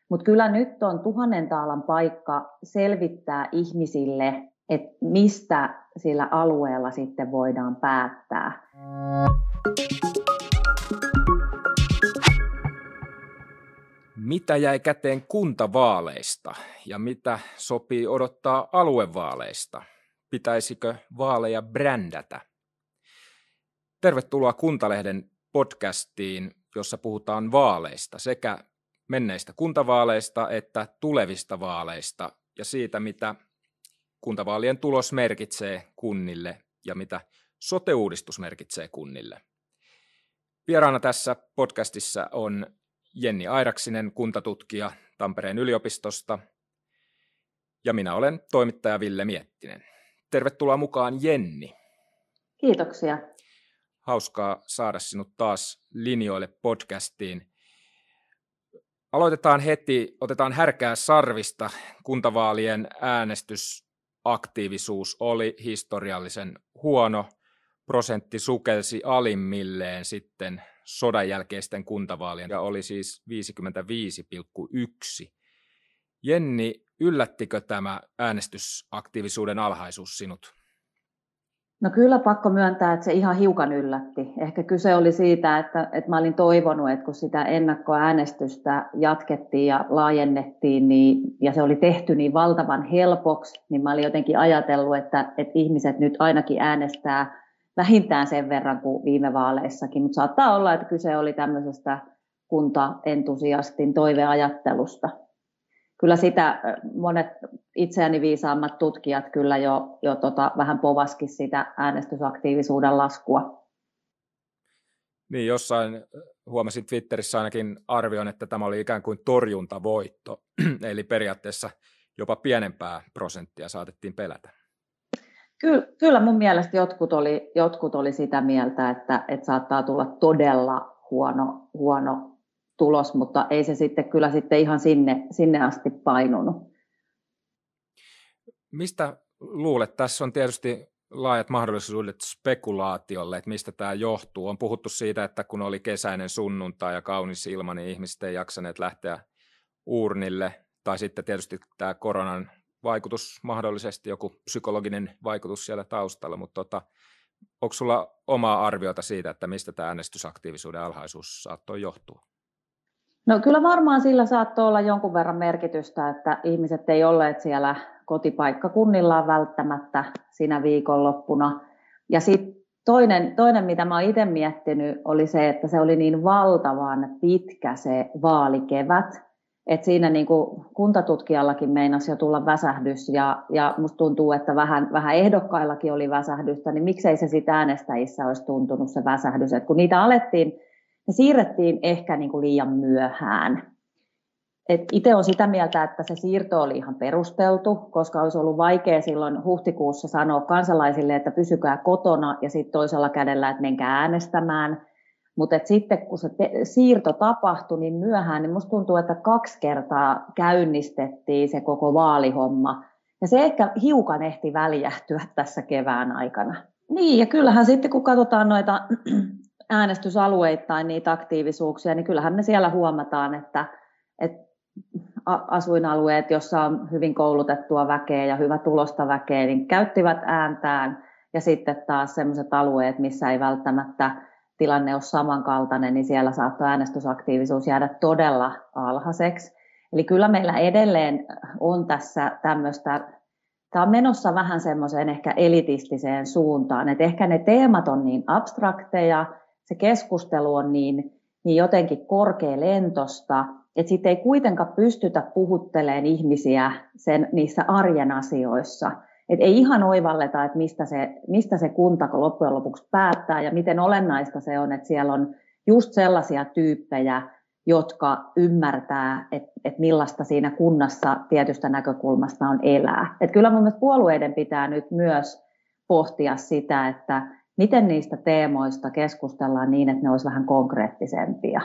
Mutta kyllä nyt on 1000 taalan paikka selvittää ihmisille, että mistä sillä alueella sitten voidaan päättää. Mitä jäi käteen kuntavaaleista ja mitä sopii odottaa aluevaaleista? Pitäisikö vaaleja brändätä? Tervetuloa Kuntalehden podcastiin, jossa puhutaan vaaleista, sekä menneistä kuntavaaleista että tulevista vaaleista ja siitä, mitä kuntavaalien tulos merkitsee kunnille ja mitä sote-uudistus merkitsee kunnille. Vieraana tässä podcastissa on Jenni Airaksinen, kuntatutkija Tampereen yliopistosta, ja minä olen toimittaja Ville Miettinen. Tervetuloa mukaan, Jenni. Kiitoksia. Hauskaa saada sinut taas linjoille podcastiin. Aloitetaan heti, otetaan härkää sarvista. Kuntavaalien äänestysaktiivisuus oli historiallisen huono. Prosentti sukelsi alimmilleen sitten sodan jälkeisten kuntavaalien ja oli siis 55,1. Jenni, yllättikö tämä äänestysaktiivisuuden alhaisuus sinut? No kyllä pakko myöntää, että se ihan hiukan yllätti. Ehkä kyse oli siitä, että mä olin toivonut, että kun sitä ennakkoäänestystä jatkettiin ja laajennettiin ja se oli tehty niin valtavan helpoksi, niin mä olin jotenkin ajatellut, että ihmiset nyt ainakin äänestää vähintään sen verran kuin viime vaaleissakin, mutta saattaa olla, että kyse oli tämmöisestä kuntaentusiastin toiveajattelusta. Kyllä sitä monet itseäni viisaammat tutkijat kyllä jo vähän povaskin sitä äänestysaktiivisuuden laskua. Niin, jossain huomasin Twitterissä ainakin arvion, että tämä oli ikään kuin torjuntavoitto, eli periaatteessa jopa pienempää prosenttia saatettiin pelätä. Kyllä mun mielestä jotkut oli sitä mieltä, että saattaa tulla todella huono tulos, mutta ei se sitten kyllä sitten ihan sinne asti painunut. Mistä luulet? Tässä on tietysti laajat mahdollisuudet spekulaatiolle, että mistä tämä johtuu. On puhuttu siitä, että kun oli kesäinen sunnuntai ja kaunis ilma, niin ihmiset ei jaksaneet lähteä uurnille. Tai sitten tietysti tämä koronan vaikutus, mahdollisesti joku psykologinen vaikutus siellä taustalla, mutta onko sulla omaa arviota siitä, että mistä tämä äänestysaktiivisuuden alhaisuus saattoi johtua? No kyllä varmaan sillä saattoi olla jonkun verran merkitystä, että ihmiset ei olleet siellä kotipaikkakunnillaan välttämättä siinä viikonloppuna. Ja sitten toinen, mitä mä oon itse miettinyt, oli se, että se oli niin valtavan pitkä se vaalikevät, että siinä niin kuin kuntatutkijallakin meinasi jo tulla väsähdys ja musta tuntuu, että vähän ehdokkaillakin oli väsähdystä, niin miksei se sitten äänestäjissä olisi tuntunut se väsähdys, että kun niitä ne siirrettiin ehkä niin kuin liian myöhään. Itse olen sitä mieltä, että se siirto oli ihan perusteltu, koska olisi ollut vaikea silloin huhtikuussa sanoa kansalaisille, että pysykää kotona ja sitten toisella kädellä, että menkää äänestämään. Mutta sitten kun se siirto tapahtui niin myöhään, niin musta tuntuu, että 2 kertaa käynnistettiin se koko vaalihomma. Ja se ehkä hiukan ehti väljähtyä tässä kevään aikana. Niin, ja kyllähän sitten kun katsotaan noita äänestysalueittain niitä aktiivisuuksia, niin kyllähän me siellä huomataan, että asuinalueet, jossa on hyvin koulutettua väkeä ja hyvä tulosta väkeä, niin käyttivät ääntään. Ja sitten taas sellaiset alueet, missä ei välttämättä tilanne ole samankaltainen, niin siellä saattoi äänestysaktiivisuus jäädä todella alhaiseksi. Eli kyllä meillä edelleen on tässä tämmöistä, tämä on menossa vähän semmoiseen ehkä elitistiseen suuntaan, että ehkä ne teemat on niin abstrakteja, se keskustelu on niin jotenkin korkealentosta, että sitten ei kuitenkaan pystytä puhuttelemaan ihmisiä niissä arjen asioissa. Et ei ihan oivalleta, että mistä se kunta loppujen lopuksi päättää ja miten olennaista se on, että siellä on just sellaisia tyyppejä, jotka ymmärtää, että millaista siinä kunnassa tietystä näkökulmasta on elää. Et kyllä mun mielestä puolueiden pitää nyt myös pohtia sitä, että miten niistä teemoista keskustellaan niin, että ne olisi vähän konkreettisempia.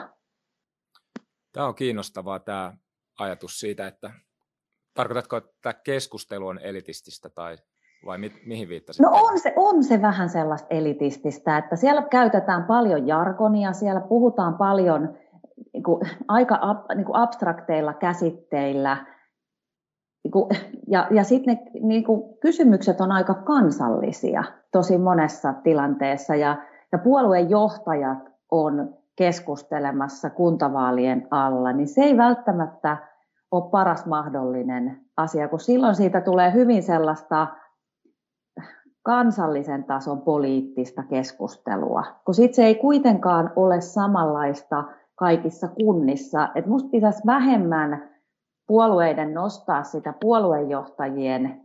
Tämä on kiinnostavaa tämä ajatus siitä, että tarkoitatko, että tämä keskustelu on elitististä vai mihin viittasit? No on se vähän sellaista elitististä, että siellä käytetään paljon jargonia, siellä puhutaan paljon aika abstrakteilla käsitteillä. Ja sitten ne kysymykset on aika kansallisia tosi monessa tilanteessa. Ja puolueen johtajat on keskustelemassa kuntavaalien alla, niin se ei välttämättä ole paras mahdollinen asia, kun silloin siitä tulee hyvin sellaista kansallisen tason poliittista keskustelua, kun sitten se ei kuitenkaan ole samanlaista kaikissa kunnissa. Et musta pitäisi vähemmän puolueiden nostaa sitä puoluejohtajien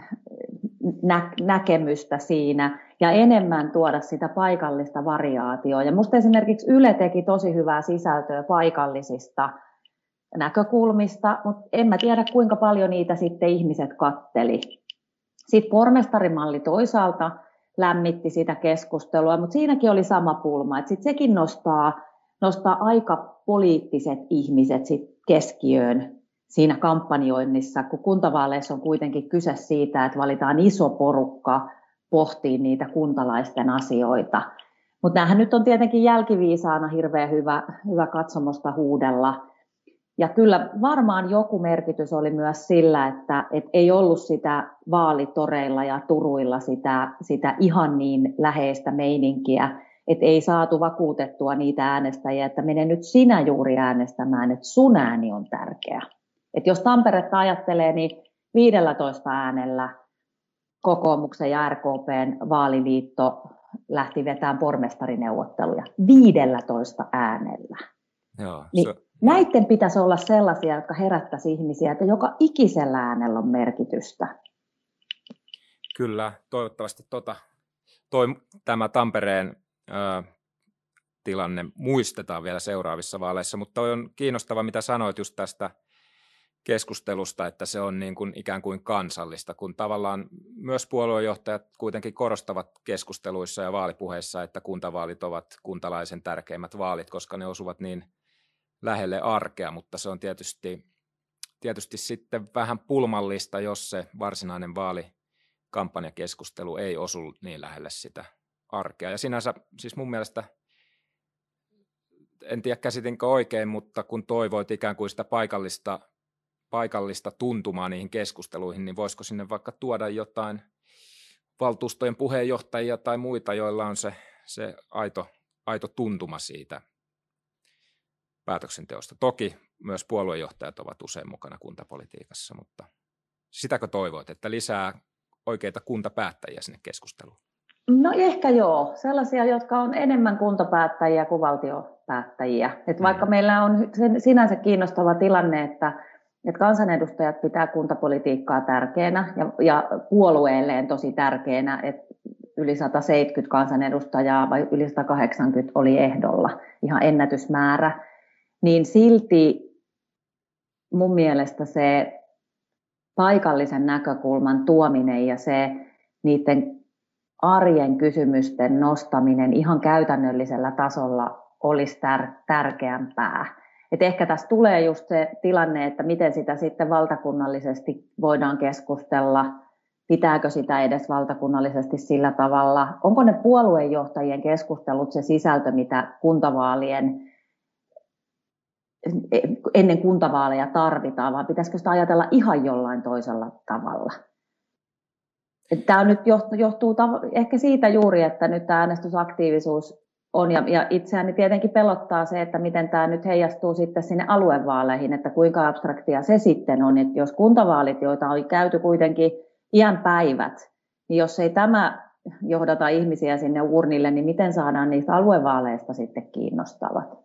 näkemystä siinä ja enemmän tuoda sitä paikallista variaatioa. Ja musta esimerkiksi Yle teki tosi hyvää sisältöä paikallisista näkökulmista, mutta en mä tiedä kuinka paljon niitä sitten ihmiset katteli. Sitten pormestarimalli toisaalta lämmitti sitä keskustelua, mutta siinäkin oli sama pulma, että sitten sekin nostaa aika poliittiset ihmiset sit keskiöön siinä kampanjoinnissa, kun kuntavaaleissa on kuitenkin kyse siitä, että valitaan iso porukka pohtii niitä kuntalaisten asioita. Mutta näähän nyt on tietenkin jälkiviisaana hirveän hyvä katsomosta huudella. Ja kyllä varmaan joku merkitys oli myös sillä, että ei ollut sitä vaalitoreilla ja turuilla sitä ihan niin läheistä meininkiä, että ei saatu vakuutettua niitä äänestäjiä, että mene nyt sinä juuri äänestämään, että sun ääni on tärkeä. Että jos Tamperetta ajattelee, niin 15 äänellä kokoomuksen ja RKPn vaaliliitto lähti vetämään pormestarineuvotteluja 15 äänellä. Joo, niin näiden pitäisi olla sellaisia, jotka herättäisi ihmisiä, että joka ikisellä äänellä on merkitystä. Kyllä, toivottavasti tämä Tampereen tilanne muistetaan vielä seuraavissa vaaleissa, mutta toi on kiinnostava, mitä sanoit just tästä keskustelusta, että se on niin kuin ikään kuin kansallista, kun tavallaan myös puoluejohtajat kuitenkin korostavat keskusteluissa ja vaalipuheissa, että kuntavaalit ovat kuntalaisen tärkeimmät vaalit, koska ne osuvat niin lähelle arkea, mutta se on tietysti sitten vähän pulmallista, jos se varsinainen vaalikampanjakeskustelu ei osu niin lähelle sitä arkea. Ja sinänsä siis mun mielestä, en tiedä käsitinkö oikein, mutta kun toivoit ikään kuin sitä paikallista tuntumaa niihin keskusteluihin, niin voisiko sinne vaikka tuoda jotain valtuustojen puheenjohtajia tai muita, joilla on se aito tuntuma siitä päätöksenteosta. Toki myös puoluejohtajat ovat usein mukana kuntapolitiikassa, mutta sitäkö toivoit, että lisää oikeita kuntapäättäjiä sinne keskusteluun? No ehkä joo. Sellaisia, jotka on enemmän kuntapäättäjiä kuin valtiopäättäjiä. Että vaikka meillä on sinänsä kiinnostava tilanne, että kansanedustajat pitää kuntapolitiikkaa tärkeänä ja puolueelleen tosi tärkeänä, että yli 170 kansanedustajaa vai yli 180 oli ehdolla, ihan ennätysmäärä, niin silti mun mielestä se paikallisen näkökulman tuominen ja se niiden arjen kysymysten nostaminen ihan käytännöllisellä tasolla olisi tärkeämpää. Et ehkä tässä tulee just se tilanne, että miten sitä sitten valtakunnallisesti voidaan keskustella, pitääkö sitä edes valtakunnallisesti sillä tavalla, onko ne puoluejohtajien keskustelut se sisältö, mitä ennen kuntavaaleja tarvitaan, vaan pitäisikö sitä ajatella ihan jollain toisella tavalla. Tämä nyt johtuu ehkä siitä juuri, että nyt tämä äänestysaktiivisuus on, ja itseäni tietenkin pelottaa se, että miten tämä nyt heijastuu sitten sinne aluevaaleihin, että kuinka abstraktia se sitten on, että jos kuntavaalit, joita on käyty kuitenkin iän päivät, niin jos ei tämä johdata ihmisiä sinne urnille, niin miten saadaan niistä aluevaaleista sitten kiinnostavat?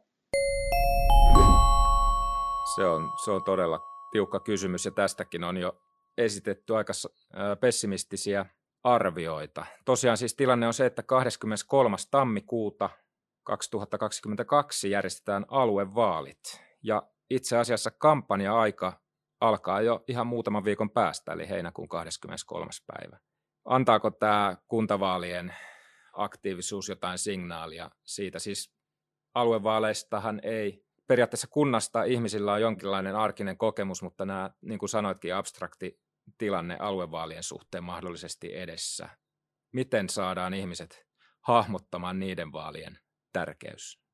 Se on todella tiukka kysymys, ja tästäkin on jo esitetty aika pessimistisiä arvioita. Tosiaan siis tilanne on se, että 23. tammikuuta 2022 järjestetään aluevaalit, ja itse asiassa kampanja-aika alkaa jo ihan muutaman viikon päästä, eli heinäkuun 23. päivä. Antaako tämä kuntavaalien aktiivisuus jotain signaalia siitä? Siis aluevaaleistahan ei periaatteessa kunnasta ihmisillä on jonkinlainen arkinen kokemus, mutta nämä, niin kuin sanoitkin, abstrakti tilanne aluevaalien suhteen mahdollisesti edessä. Miten saadaan ihmiset hahmottamaan niiden vaalien tärkeys?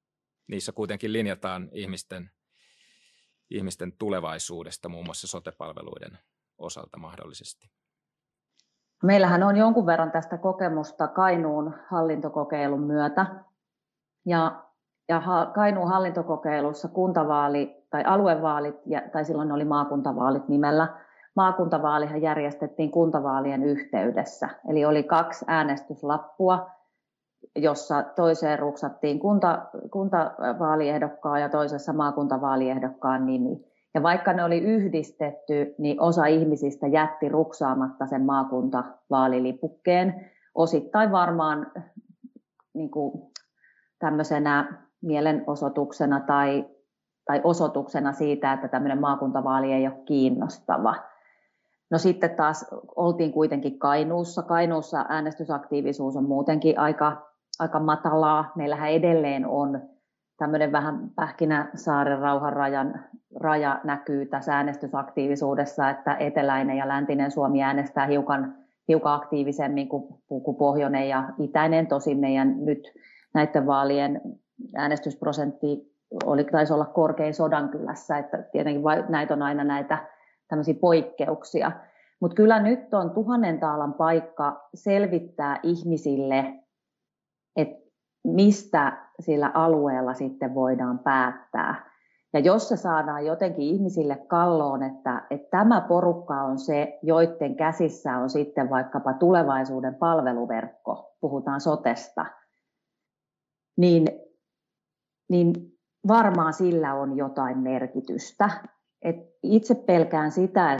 niissä kuitenkin linjataan ihmisten tulevaisuudesta, muun muassa sote-palveluiden osalta mahdollisesti. Meillähän on jonkun verran tästä kokemusta Kainuun hallintokokeilun myötä. Ja Kainuun hallintokokeilussa tai aluevaalit, tai silloin oli maakuntavaalit nimellä, maakuntavaalihan järjestettiin kuntavaalien yhteydessä. Eli oli 2 äänestyslappua, jossa toiseen ruksattiin kuntavaaliehdokkaan ja toisessa maakuntavaaliehdokkaan nimi. Ja vaikka ne oli yhdistetty, niin osa ihmisistä jätti ruksaamatta sen maakuntavaalilipukkeen. Osittain varmaan niin kuin tämmöisenä mielenosoituksena tai osoituksena siitä, että tämmöinen maakuntavaali ei ole kiinnostava. No sitten taas oltiin kuitenkin Kainuussa. Kainuussa äänestysaktiivisuus on muutenkin aika matalaa. Meillähän edelleen on tämmöinen vähän Pähkinäsaaren rauhanrajan raja näkyy tässä äänestysaktiivisuudessa, että eteläinen ja läntinen Suomi äänestää hiukan aktiivisemmin kuin pohjoinen ja itäinen. Tosin meidän nyt näiden vaalien äänestysprosentti taisi olla korkein Sodankylässä, että tietenkin näitä on aina näitä tämmöisiä poikkeuksia. Mutta kyllä nyt on 1000 taalan paikka selvittää ihmisille, että mistä sillä alueella sitten voidaan päättää. Ja jos se saadaan jotenkin ihmisille kalloon, että tämä porukka on se, joiden käsissä on sitten vaikkapa tulevaisuuden palveluverkko, puhutaan sotesta, niin varmaan sillä on jotain merkitystä. Itse pelkään sitä,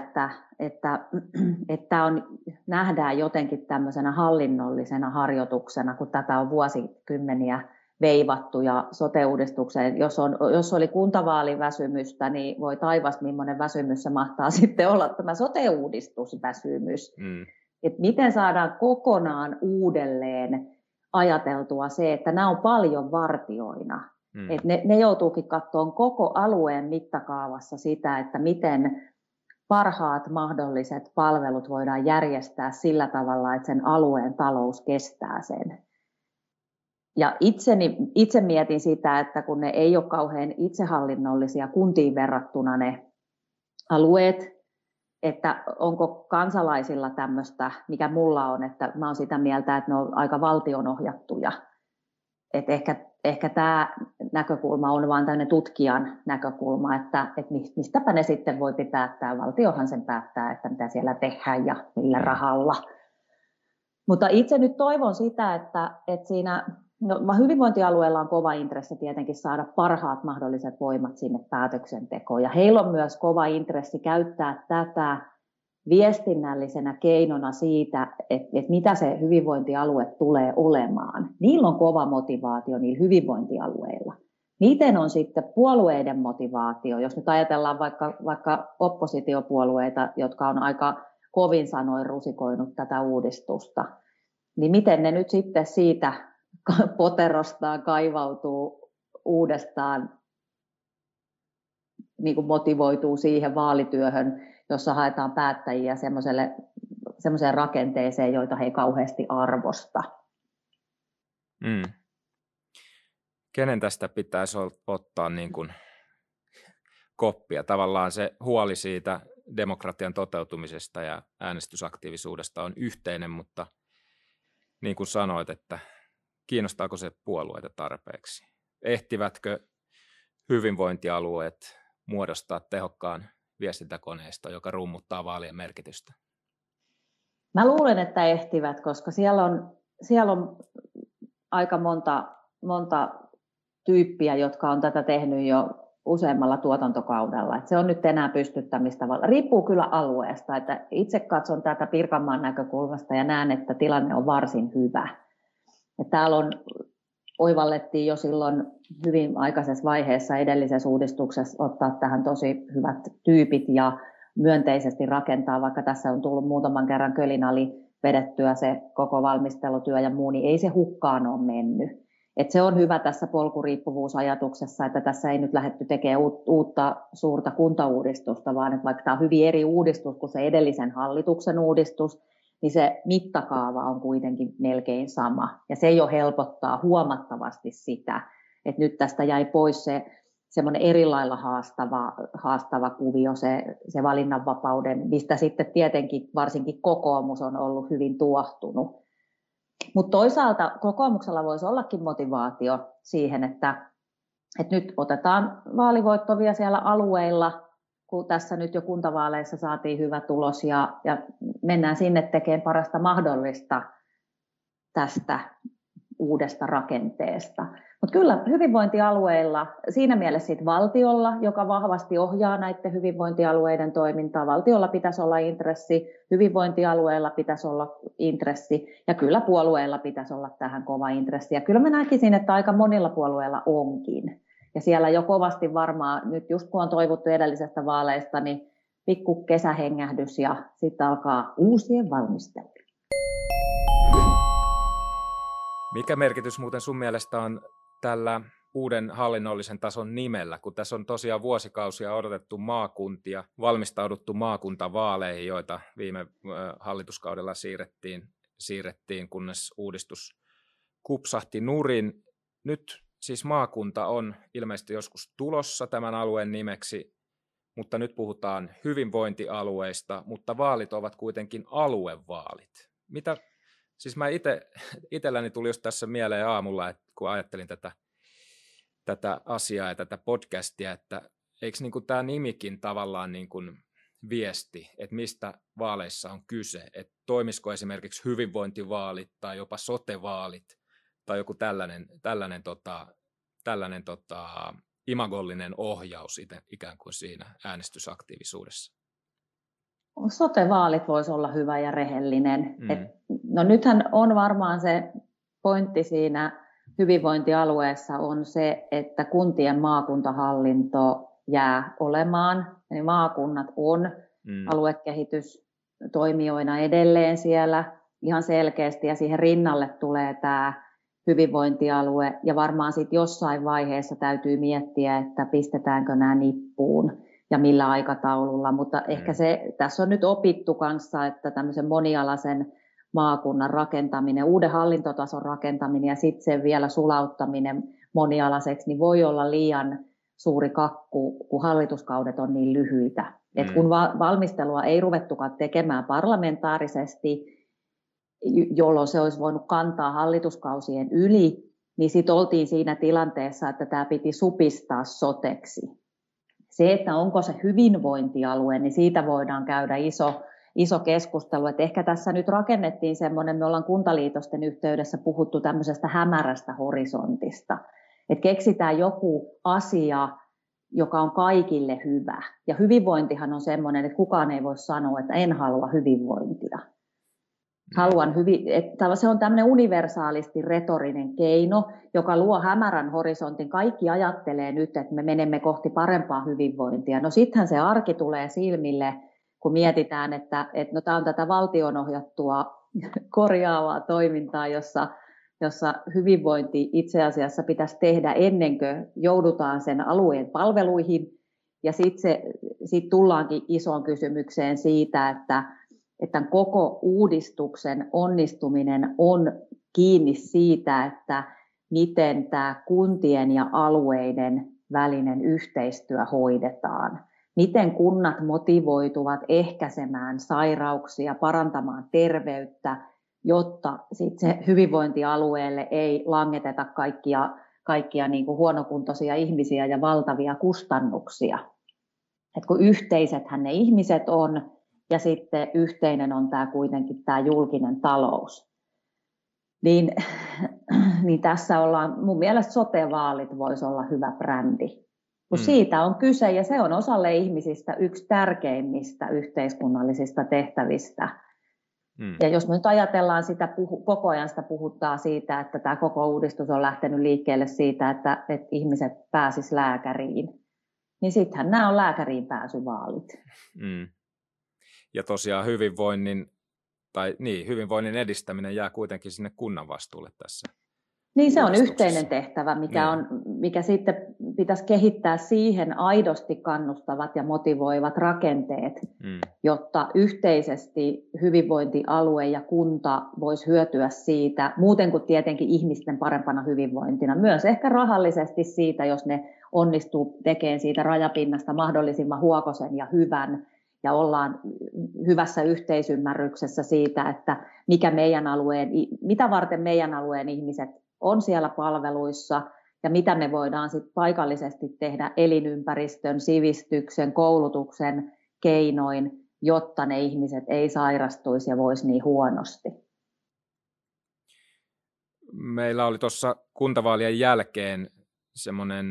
että nähdään jotenkin tämmöisenä hallinnollisena harjoituksena, kun tätä on vuosikymmeniä veivattu ja sote-uudistukseen. Jos oli kuntavaaliväsymystä, niin voi taivas, millainen väsymys se mahtaa sitten olla tämä sote-uudistusväsymys. Et miten saadaan kokonaan uudelleen ajateltua se, että nämä on paljon vartioina. Et ne joutuukin katsomaan koko alueen mittakaavassa sitä, että miten parhaat mahdolliset palvelut voidaan järjestää sillä tavalla, että sen alueen talous kestää sen. Ja itse mietin sitä, että kun ne ei ole kauhean itsehallinnollisia kuntiin verrattuna ne alueet, että onko kansalaisilla tämmöistä, mikä mulla on, että mä oon sitä mieltä, että ne on aika valtionohjattuja. Että ehkä tämä näkökulma on vain tämmöinen tutkijan näkökulma, että mistäpä ne sitten voi päättää. Valtiohan sen päättää, että mitä siellä tehdään ja millä rahalla. Mutta itse nyt toivon sitä, että siinä hyvinvointialueella on kova intressi tietenkin saada parhaat mahdolliset voimat sinne päätöksentekoon. Ja heillä on myös kova intressi käyttää tätä viestinnällisenä keinona siitä, että mitä se hyvinvointialue tulee olemaan. Niillä on kova motivaatio niillä hyvinvointialueilla. Miten on sitten puolueiden motivaatio, jos nyt ajatellaan vaikka oppositiopuolueita, jotka on aika kovin sanoin rusikoinut tätä uudistusta, niin miten ne nyt sitten siitä poterostaan kaivautuu uudestaan, niin kuin motivoituu siihen vaalityöhön, jossa haetaan päättäjiä semmoiseen rakenteeseen, joita he ei kauheasti arvosta. Kenen tästä pitäisi ottaa niin kuin koppia? Tavallaan se huoli siitä demokratian toteutumisesta ja äänestysaktiivisuudesta on yhteinen, mutta niin kuin sanoit, että kiinnostaako se puolueita tarpeeksi? Ehtivätkö hyvinvointialueet muodostaa tehokkaan viestintäkoneiston, joka rummuttaa vaalien merkitystä? Mä luulen, että ehtivät, koska siellä on aika monta tyyppiä, jotka on tätä tehnyt jo useammalla tuotantokaudella. Et se on nyt enää pystyttämistä. Riippuu kyllä alueesta. Että itse katson tätä Pirkanmaan näkökulmasta ja näen, että tilanne on varsin hyvä. Et täällä oivallettiin jo silloin hyvin aikaisessa vaiheessa edellisessä uudistuksessa ottaa tähän tosi hyvät tyypit ja myönteisesti rakentaa, vaikka tässä on tullut muutaman kerran kölin ali vedettyä se koko valmistelutyö ja muu, niin ei se hukkaan ole mennyt. Et se on hyvä tässä polkuriippuvuusajatuksessa, että tässä ei nyt lähdetty tekemään uutta suurta kuntauudistusta, vaan että vaikka tämä on hyvin eri uudistus kuin se edellisen hallituksen uudistus, niin se mittakaava on kuitenkin melkein sama. Ja se jo helpottaa huomattavasti sitä, että nyt tästä jäi pois se semmoinen eri lailla haastava kuvio, se valinnanvapauden, mistä sitten tietenkin varsinkin kokoomus on ollut hyvin tuohtunut. Mutta toisaalta kokoomuksella voisi ollakin motivaatio siihen, että nyt otetaan vaalivoittovia siellä alueilla, kun tässä nyt jo kuntavaaleissa saatiin hyvä tulos ja mennään sinne tekemään parasta mahdollista tästä uudesta rakenteesta. Mutta kyllä hyvinvointialueilla, siinä mielessä sit valtiolla, joka vahvasti ohjaa näiden hyvinvointialueiden toimintaa, valtiolla pitäisi olla intressi, hyvinvointialueilla pitäisi olla intressi ja kyllä puolueilla pitäisi olla tähän kova intressi. Ja kyllä mä näkisin, että aika monilla puolueilla onkin. Ja siellä jo kovasti varmaan, nyt just kun on toivottu edellisestä vaaleista, niin pikku kesähengähdys ja sitten alkaa uusien valmistelu. Mikä merkitys muuten sun mielestä on tällä uuden hallinnollisen tason nimellä, kun tässä on tosiaan vuosikausia odotettu maakuntia, valmistauduttu maakuntavaaleihin, joita viime hallituskaudella siirrettiin, kunnes uudistus kupsahti nurin. Nyt siis maakunta on ilmeisesti joskus tulossa tämän alueen nimeksi, mutta nyt puhutaan hyvinvointialueista, mutta vaalit ovat kuitenkin aluevaalit. Siis mä itselläni tuli just tässä mieleen aamulla, että kun ajattelin tätä asiaa ja tätä podcastia, että eikö niin kuin tämä nimikin tavallaan niin kuin viesti, että mistä vaaleissa on kyse, että toimisiko esimerkiksi hyvinvointivaalit tai jopa sote-vaalit tai joku tällainen imagollinen ohjaus ikään kuin siinä äänestysaktiivisuudessa. Sote-vaalit voisi olla hyvä ja rehellinen. No nythän on varmaan se pointti siinä hyvinvointialueessa on se, että kuntien maakuntahallinto jää olemaan. Eli maakunnat on aluekehitystoimijoina edelleen siellä ihan selkeästi ja siihen rinnalle tulee tämä hyvinvointialue. Ja varmaan sitten jossain vaiheessa täytyy miettiä, että pistetäänkö nämä nippuun ja millä aikataululla, mutta ehkä tässä on nyt opittu kanssa, että tämmöisen monialaisen maakunnan rakentaminen, uuden hallintotason rakentaminen ja sitten sen vielä sulauttaminen monialaiseksi, niin voi olla liian suuri kakku, kun hallituskaudet on niin lyhyitä. Et kun valmistelua ei ruvettukaan tekemään parlamentaarisesti, jolloin se olisi voinut kantaa hallituskausien yli, niin sitten oltiin siinä tilanteessa, että tämä piti supistaa soteksi. Se, että onko se hyvinvointialue, niin siitä voidaan käydä iso keskustelu. Että ehkä tässä nyt rakennettiin semmoinen, me ollaan kuntaliitosten yhteydessä puhuttu tämmöisestä hämärästä horisontista. Että keksitään joku asia, joka on kaikille hyvä. Ja hyvinvointihan on semmoinen, että kukaan ei voi sanoa, että en halua hyvinvointia. Että se on tämmöinen universaalisti retorinen keino, joka luo hämärän horisontin. Kaikki ajattelee nyt, että me menemme kohti parempaa hyvinvointia. No sittenhän se arki tulee silmille, kun mietitään, että no, tämä on tätä valtionohjattua korjaavaa toimintaa, jossa hyvinvointi itse asiassa pitäisi tehdä ennen kuin joudutaan sen alueen palveluihin. Ja sitten tullaankin isoon kysymykseen siitä, että koko uudistuksen onnistuminen on kiinni siitä, että miten tämä kuntien ja alueiden välinen yhteistyö hoidetaan. Miten kunnat motivoituvat ehkäisemään sairauksia, parantamaan terveyttä, jotta sitten se hyvinvointialueelle ei langeteta kaikkia niin kuin huonokuntoisia ihmisiä ja valtavia kustannuksia. Et kun yhteisethän ne ihmiset on, ja sitten yhteinen on kuitenkin tämä julkinen talous. Niin tässä ollaan, mun mielestä sote-vaalit voisi olla hyvä brändi. Kun siitä on kyse, ja se on osalle ihmisistä yksi tärkeimmistä yhteiskunnallisista tehtävistä. Ja jos me nyt ajatellaan sitä, koko ajan sitä puhuttaa siitä, että tämä koko uudistus on lähtenyt liikkeelle siitä, että ihmiset pääsisivät lääkäriin, niin sittenhän nämä on lääkäriin pääsyvaalit. Ja tosiaan hyvinvoinnin edistäminen jää kuitenkin sinne kunnan vastuulle tässä. Niin se on yhteinen tehtävä, mikä sitten pitäisi kehittää siihen aidosti kannustavat ja motivoivat rakenteet, jotta yhteisesti hyvinvointialue ja kunta voisi hyötyä siitä, muuten kuin tietenkin ihmisten parempana hyvinvointina, myös ehkä rahallisesti siitä, jos ne onnistuu tekemään siitä rajapinnasta mahdollisimman huokosen ja hyvän, ja ollaan hyvässä yhteisymmärryksessä siitä, että mitä varten meidän alueen ihmiset on siellä palveluissa ja mitä me voidaan sit paikallisesti tehdä elinympäristön, sivistyksen, koulutuksen keinoin, jotta ne ihmiset ei sairastuisi ja voisi niin huonosti. Meillä oli tuossa kuntavaalien jälkeen semmoinen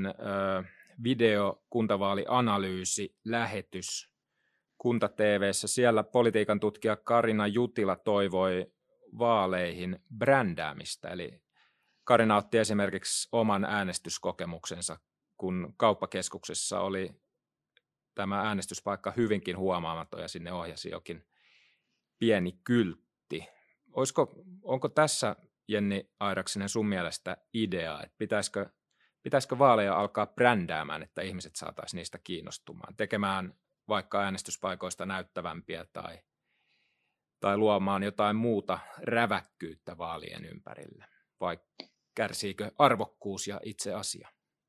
videokuntavaalianalyysi-lähetys Kunta TV:ssä. Siellä politiikan tutkija Karina Jutila toivoi vaaleihin brändäämistä, eli Karina otti esimerkiksi oman äänestyskokemuksensa, kun kauppakeskuksessa oli tämä äänestyspaikka hyvinkin huomaamaton ja sinne ohjasi jokin pieni kyltti. Onko tässä, Jenni Airaksinen, sun mielestä idea, että pitäisikö vaaleja alkaa brändäämään, että ihmiset saataisiin niistä kiinnostumaan, tekemään vaikka äänestyspaikoista näyttävämpiä tai luomaan jotain muuta räväkkyyttä vaalien ympärille, vai kärsiikö arvokkuus ja itse asia?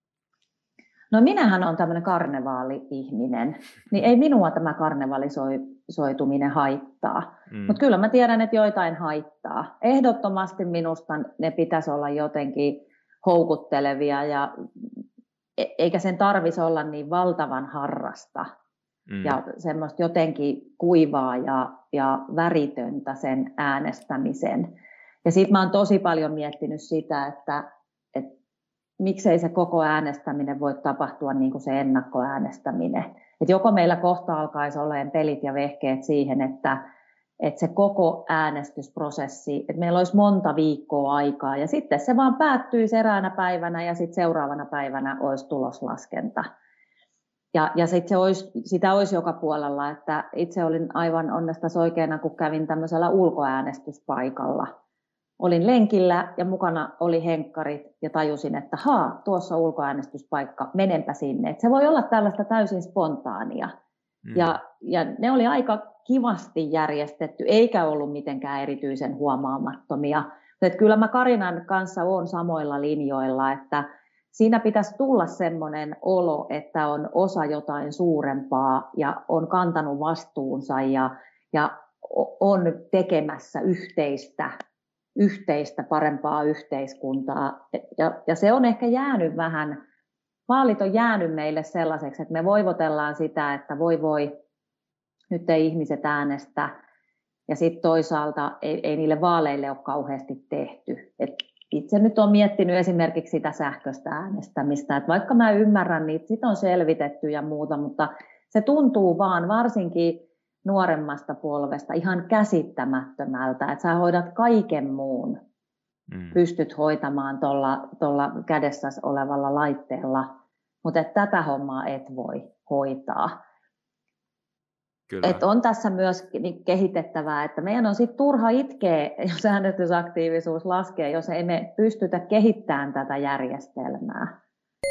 No minähän olen tämmöinen karnevaali-ihminen, niin ei minua tämä karnevalisoituminen haittaa. Mutta kyllä mä tiedän, että joitain haittaa. Ehdottomasti minusta ne pitäisi olla jotenkin houkuttelevia, eikä sen tarvitsisi olla niin valtavan harrasta ja semmoista jotenkin kuivaa ja väritöntä sen äänestämisen. Ja sitten mä oon tosi paljon miettinyt sitä, että miksei se koko äänestäminen voi tapahtua niin kuin se ennakkoäänestäminen. Että joko meillä kohta alkaisi olemaan pelit ja vehkeet siihen, että se koko äänestysprosessi, että meillä olisi monta viikkoa aikaa ja sitten se vaan päättyisi eräänä päivänä ja sitten seuraavana päivänä olisi tuloslaskenta. Ja sitten sitä olisi joka puolella, että itse olin aivan onnestas oikeana, kun kävin tämmöisellä ulkoäänestyspaikalla. Olin lenkillä ja mukana oli henkkarit ja tajusin, että tuossa ulkoäänestyspaikka, menenpä sinne. Et se voi olla tällaista täysin spontaania. Ja ne oli aika kivasti järjestetty, eikä ollut mitenkään erityisen huomaamattomia. Et kyllä mä Karinan kanssa olen samoilla linjoilla, että siinä pitäisi tulla semmoinen olo, että on osa jotain suurempaa ja on kantanut vastuunsa ja on tekemässä yhteistä parempaa yhteiskuntaa. Ja se on ehkä jäänyt vähän, vaalit on jäänyt meille sellaiseksi, että me voivotellaan sitä, että voi, nyt ei ihmiset äänestä. Ja sitten toisaalta ei niille vaaleille ole kauheasti tehty. Et itse nyt olen miettinyt esimerkiksi sitä sähköistä äänestämistä, että vaikka mä ymmärrän, niin sitä on selvitetty ja muuta, mutta se tuntuu vaan varsinkin nuoremmasta polvesta ihan käsittämättömältä, että sä hoidat kaiken muun, pystyt hoitamaan tuolla kädessäsi olevalla laitteella, mutta tätä hommaa et voi hoitaa. Et on tässä myös kehitettävää, että meidän on sitten turha itkeä, jos äänestysaktiivisuus laskee, jos ei me pystytä kehittämään tätä järjestelmää.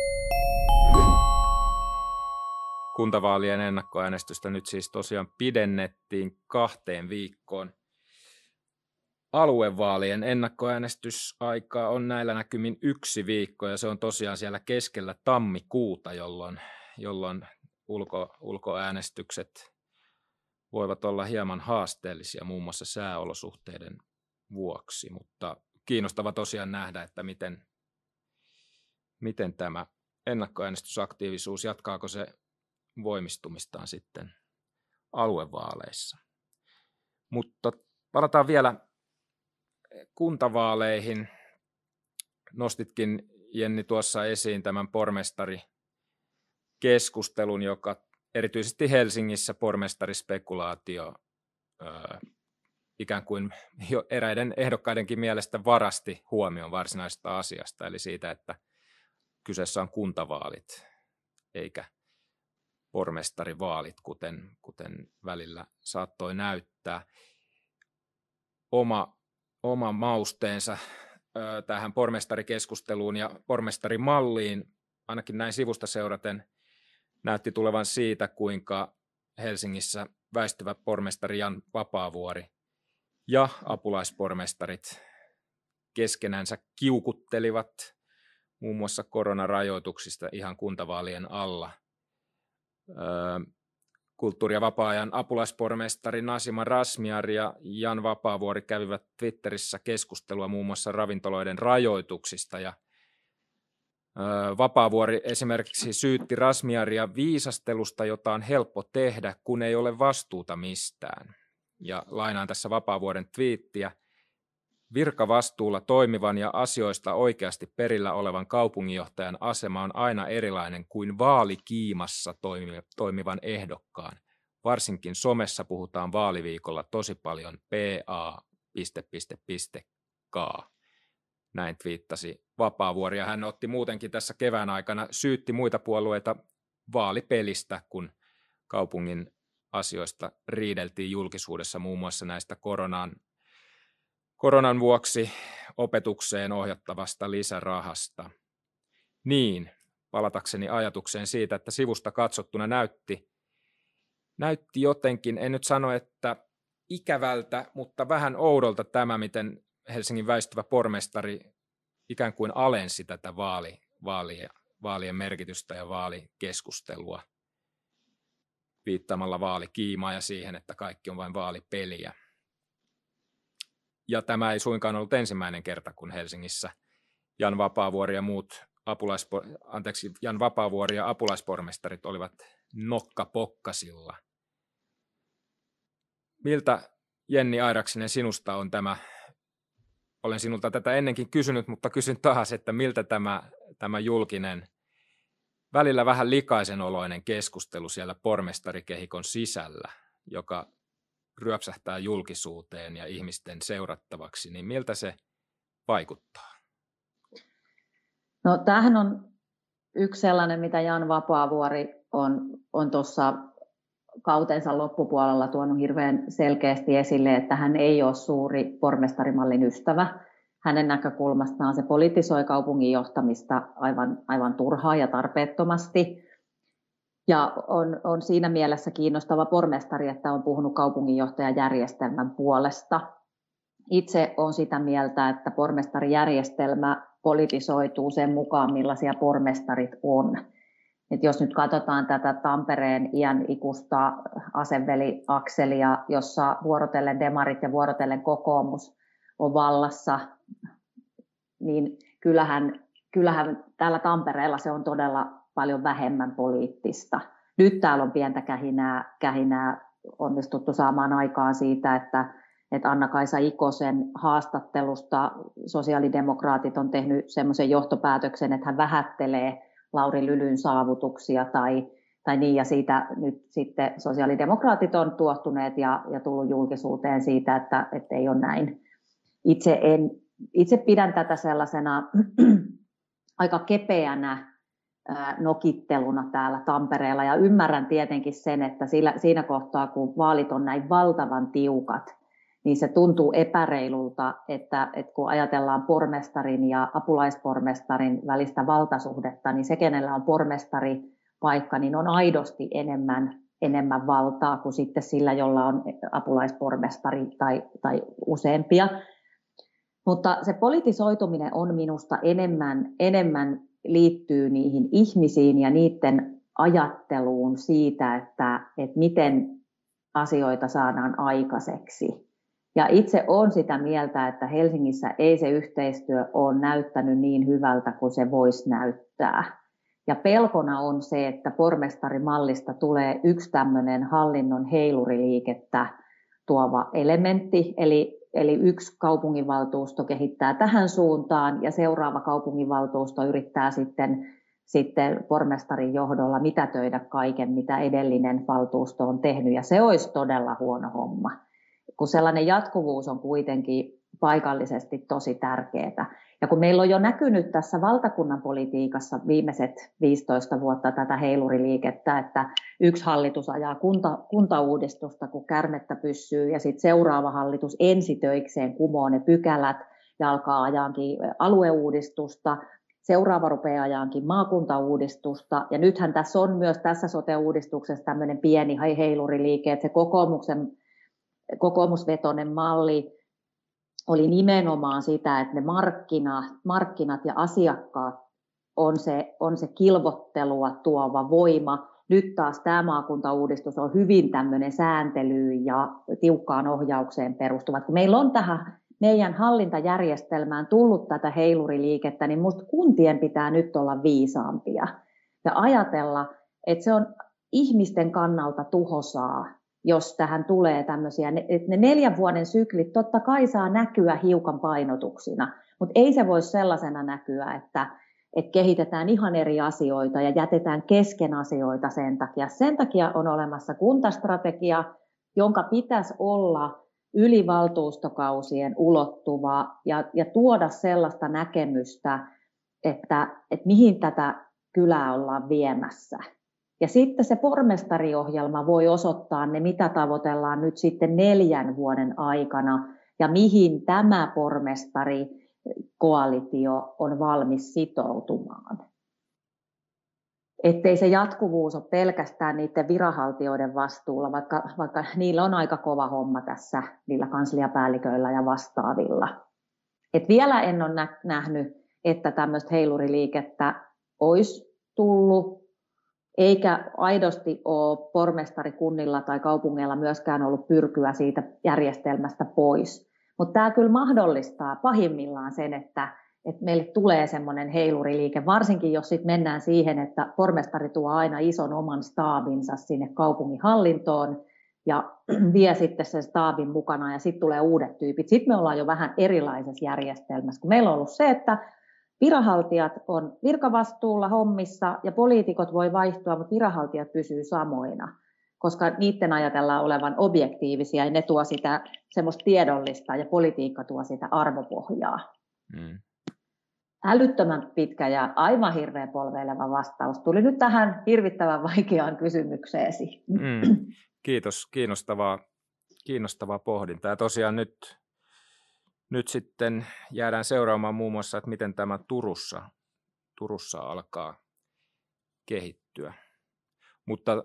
Kuntavaalien ennakkoäänestystä nyt siis tosiaan pidennettiin 2 viikkoon. Aluevaalien ennakkoäänestysaikaa on näillä näkymin 1 viikko, ja se on tosiaan siellä keskellä tammikuuta, jolloin ulkoäänestykset voivat olla hieman haasteellisia muun muassa sääolosuhteiden vuoksi, mutta kiinnostava tosiaan nähdä, että miten tämä ennakkoäänestysaktiivisuus, jatkaako se voimistumistaan sitten aluevaaleissa. Mutta palataan vielä kuntavaaleihin. Nostitkin, Jenni, tuossa esiin tämän pormestarikeskustelun, joka erityisesti Helsingissä pormestarispekulaatio ikään kuin jo eräiden ehdokkaidenkin mielestä varasti huomion varsinaisesta asiasta, eli siitä, että kyseessä on kuntavaalit eikä pormestarivaalit, kuten välillä saattoi näyttää. Oma mausteensa tähän pormestarikeskusteluun ja pormestarimalliin, ainakin näin sivusta seuraten, näytti tulevan siitä, kuinka Helsingissä väistyvä pormestari Jan Vapaavuori ja apulaispormestarit keskenänsä kiukuttelivat muun muassa koronarajoituksista ihan kuntavaalien alla. Kulttuuri- ja vapaa-ajan apulaispormestari Nasima Razmyar ja Jan Vapaavuori kävivät Twitterissä keskustelua muun muassa ravintoloiden rajoituksista. Ja Vapaavuori esimerkiksi syytti Razmyaria viisastelusta, jota on helppo tehdä, kun ei ole vastuuta mistään. Ja lainaan tässä Vapaavuoren twiittiä. Virkavastuulla toimivan ja asioista oikeasti perillä olevan kaupunginjohtajan asema on aina erilainen kuin vaalikiimassa toimivan ehdokkaan. Varsinkin somessa puhutaan vaaliviikolla tosi paljon PA... Näin twiittasi Vapaavuori, ja hän otti muutenkin tässä kevään aikana, syytti muita puolueita vaalipelistä, kun kaupungin asioista riideltiin julkisuudessa muun muassa näistä koronan vuoksi opetukseen ohjattavasta lisärahasta. Niin, palatakseni ajatukseen siitä, että sivusta katsottuna näytti jotenkin, en nyt sano, että ikävältä, mutta vähän oudolta tämä, miten Helsingin väistyvä pormestari ikään kuin alensi tätä vaalien merkitystä ja vaalikeskustelua viittaamalla vaalikiimaa ja siihen, että kaikki on vain vaalipeliä. Ja tämä ei suinkaan ollut ensimmäinen kerta, kun Helsingissä Jan Vapaavuori ja apulaispormestarit olivat nokkapokkasilla. Miltä, Jenni Airaksinen, sinusta on tämä? Olen sinulta tätä ennenkin kysynyt, mutta kysyn taas, että miltä tämä julkinen, välillä vähän likaisen oloinen keskustelu siellä pormestarikehikon sisällä, joka ryöpsähtää julkisuuteen ja ihmisten seurattavaksi, niin miltä se vaikuttaa? No, tämähän on yksi sellainen, mitä Jan Vapaavuori on tuossa kautensa loppupuolella tuonut hirveän selkeästi esille, että hän ei ole suuri pormestarimallin ystävä. Hänen näkökulmastaan se politisoi kaupungin johtamista aivan turhaa ja tarpeettomasti. Ja on siinä mielessä kiinnostava pormestari, että on puhunut kaupunginjohtajajärjestelmän puolesta. Itse olen sitä mieltä, että pormestarijärjestelmä politisoituu sen mukaan, millaisia pormestarit on. Et jos nyt katsotaan tätä Tampereen iänikuista aseveliakselia, jossa vuorotellen demarit ja vuorotellen kokoomus on vallassa, niin kyllähän täällä Tampereella se on todella paljon vähemmän poliittista. Nyt täällä on pientä kähinää onnistuttu saamaan aikaan siitä, että Anna-Kaisa Ikosen haastattelusta sosiaalidemokraatit on tehnyt semmoisen johtopäätöksen, että hän vähättelee Lauri Lylyn saavutuksia tai niin, ja siitä nyt sitten sosiaalidemokraatit on tuohtuneet ja tullut julkisuuteen siitä, että ei ole näin. Itse pidän tätä sellaisena aika kepeänä nokitteluna täällä Tampereella, ja ymmärrän tietenkin sen, että siinä kohtaa, kun vaalit on näin valtavan tiukat, niin se tuntuu epäreilulta, että kun ajatellaan pormestarin ja apulaispormestarin välistä valtasuhdetta, niin se, kenellä on pormestaripaikka, niin on aidosti enemmän valtaa kuin sitten sillä, jolla on apulaispormestari tai useampia. Mutta se politisoituminen on minusta enemmän liittyy niihin ihmisiin ja niiden ajatteluun siitä, että miten asioita saadaan aikaiseksi. Ja itse olen sitä mieltä, että Helsingissä ei se yhteistyö ole näyttänyt niin hyvältä kuin se voisi näyttää. Ja pelkona on se, että pormestarimallista tulee yksi tämmöinen hallinnon heiluriliikettä tuova elementti, eli yksi kaupunginvaltuusto kehittää tähän suuntaan ja seuraava kaupunginvaltuusto yrittää sitten pormestarin johdolla mitätöidä kaiken, mitä edellinen valtuusto on tehnyt, ja se olisi todella huono homma, kun sellainen jatkuvuus on kuitenkin paikallisesti tosi tärkeää. Ja kun meillä on jo näkynyt tässä valtakunnan politiikassa viimeiset 15 vuotta tätä heiluriliikettä, että yksi hallitus ajaa kuntauudistusta, kun kärmettä pyssyy, ja sitten seuraava hallitus ensitöikseen kumoo ne pykälät, ja alkaa ajaankin alueuudistusta. Seuraava rupeaa ajaankin maakuntauudistusta, ja nythän tässä on myös tässä sote-uudistuksessa tämmöinen pieni heiluriliike, että se kokoomusvetoinen malli oli nimenomaan sitä, että ne markkinat ja asiakkaat on se kilvottelua tuova voima. Nyt taas tämä maakuntauudistus on hyvin tämmöinen sääntelyyn ja tiukkaan ohjaukseen perustuva. Kun meillä on tähän meidän hallintajärjestelmään tullut tätä heiluriliikettä, niin minusta kuntien pitää nyt olla viisaampia ja ajatella, että se on ihmisten kannalta tuhoisaa, jos tähän tulee tämmöisiä, että ne 4 vuoden syklit totta kai saa näkyä hiukan painotuksina, mutta ei se voi sellaisena näkyä, että kehitetään ihan eri asioita ja jätetään kesken asioita sen takia. Sen takia on olemassa kuntastrategia, jonka pitäisi olla yli valtuustokausien ulottuva ja tuoda sellaista näkemystä, että mihin tätä kylää ollaan viemässä. Ja sitten se pormestariohjelma voi osoittaa ne, mitä tavoitellaan nyt sitten 4 vuoden aikana ja mihin tämä pormestarikoalitio on valmis sitoutumaan. Ettei se jatkuvuus ole pelkästään niiden viranhaltijoiden vastuulla, vaikka niillä on aika kova homma tässä niillä kansliapäälliköillä ja vastaavilla. Et vielä en ole nähnyt, että tämmöistä heiluriliikettä olisi tullut, eikä aidosti ole pormestarikunnilla tai kaupungeilla myöskään ollut pyrkyä siitä järjestelmästä pois. Mutta tämä kyllä mahdollistaa pahimmillaan sen, että meille tulee semmoinen heiluriliike, varsinkin jos sitten mennään siihen, että pormestari tuo aina ison oman staabinsa sinne kaupunginhallintoon ja vie sitten sen staabin mukana ja sitten tulee uudet tyypit. Sitten me ollaan jo vähän erilaisessa järjestelmässä, kun meillä on ollut se, että viranhaltijat on virkavastuulla hommissa ja poliitikot voi vaihtua, mutta viranhaltijat pysyy samoina, koska niiden ajatellaan olevan objektiivisia ja ne tuo sitä semmoista tiedollista ja politiikka tuo sitä arvopohjaa. Älyttömän pitkä ja aivan hirveän polveileva vastaus tuli nyt tähän hirvittävän vaikeaan kysymykseesi. Kiitos, kiinnostavaa pohdintaa. Ja tosiaan nyt sitten jäädään seuraamaan muun muassa, että miten tämä Turussa alkaa kehittyä. Mutta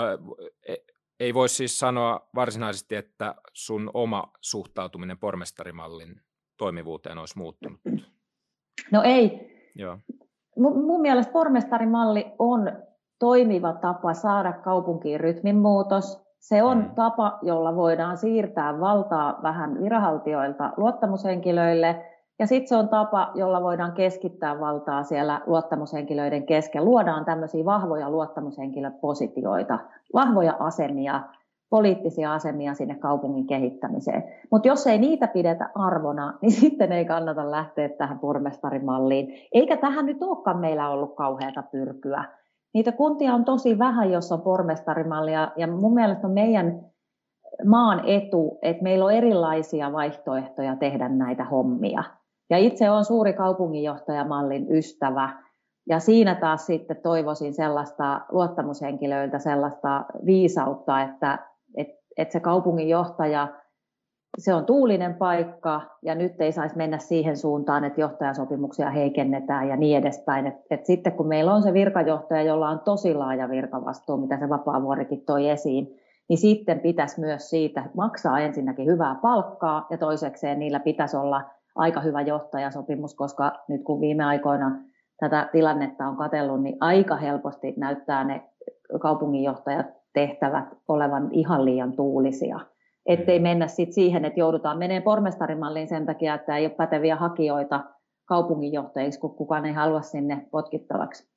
ei voi siis sanoa varsinaisesti, että sun oma suhtautuminen pormestarimallin toimivuuteen olisi muuttunut. No ei. Joo. Mun mielestä pormestarimalli on toimiva tapa saada kaupunkiin rytminmuutos. Se on tapa, jolla voidaan siirtää valtaa vähän viranhaltijoilta luottamushenkilöille, ja sitten se on tapa, jolla voidaan keskittää valtaa siellä luottamushenkilöiden kesken. Luodaan tämmöisiä vahvoja luottamushenkilöpositioita, vahvoja asemia, poliittisia asemia sinne kaupungin kehittämiseen. Mutta jos ei niitä pidetä arvona, niin sitten ei kannata lähteä tähän pormestarimalliin. Eikä tähän nyt olekaan meillä ollut kauheata pyrkyä. Niitä kuntia on tosi vähän, jos on pormestarimallia, ja mun mielestä on meidän maan etu, että meillä on erilaisia vaihtoehtoja tehdä näitä hommia. Ja itse olen suuri kaupunginjohtajamallin ystävä, ja siinä taas sitten toivoisin sellaista luottamushenkilöiltä sellaista viisautta, että se kaupunginjohtaja, se on tuulinen paikka, ja nyt ei saisi mennä siihen suuntaan, että johtajasopimuksia heikennetään ja niin edespäin. Et sitten kun meillä on se virkajohtaja, jolla on tosi laaja virkavastuu, mitä se Vapaavuorikin toi esiin, niin sitten pitäisi myös siitä maksaa ensinnäkin hyvää palkkaa, ja toisekseen niillä pitäisi olla aika hyvä johtajasopimus, koska nyt kun viime aikoina tätä tilannetta on katsellut, niin aika helposti näyttää ne kaupunginjohtajat tehtävät olevan ihan liian tuulisia. Ettei mennä sitten siihen, että joudutaan menemään pormestarimalliin sen takia, että ei ole päteviä hakijoita kaupunginjohtajiksi, kun kukaan ei halua sinne potkittavaksi.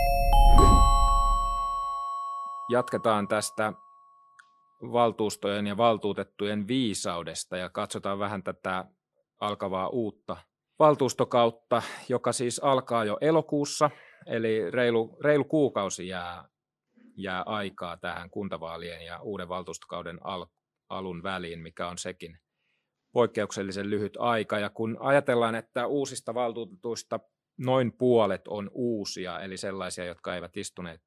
Jatketaan tästä valtuustojen ja valtuutettujen viisaudesta ja katsotaan vähän tätä alkavaa uutta valtuustokautta, joka siis alkaa jo elokuussa, eli reilu kuukausi jää aikaa tähän kuntavaalien ja uuden valtuustokauden alun väliin, mikä on sekin poikkeuksellisen lyhyt aika. Ja kun ajatellaan, että uusista valtuutetuista noin puolet on uusia, eli sellaisia, jotka eivät istuneet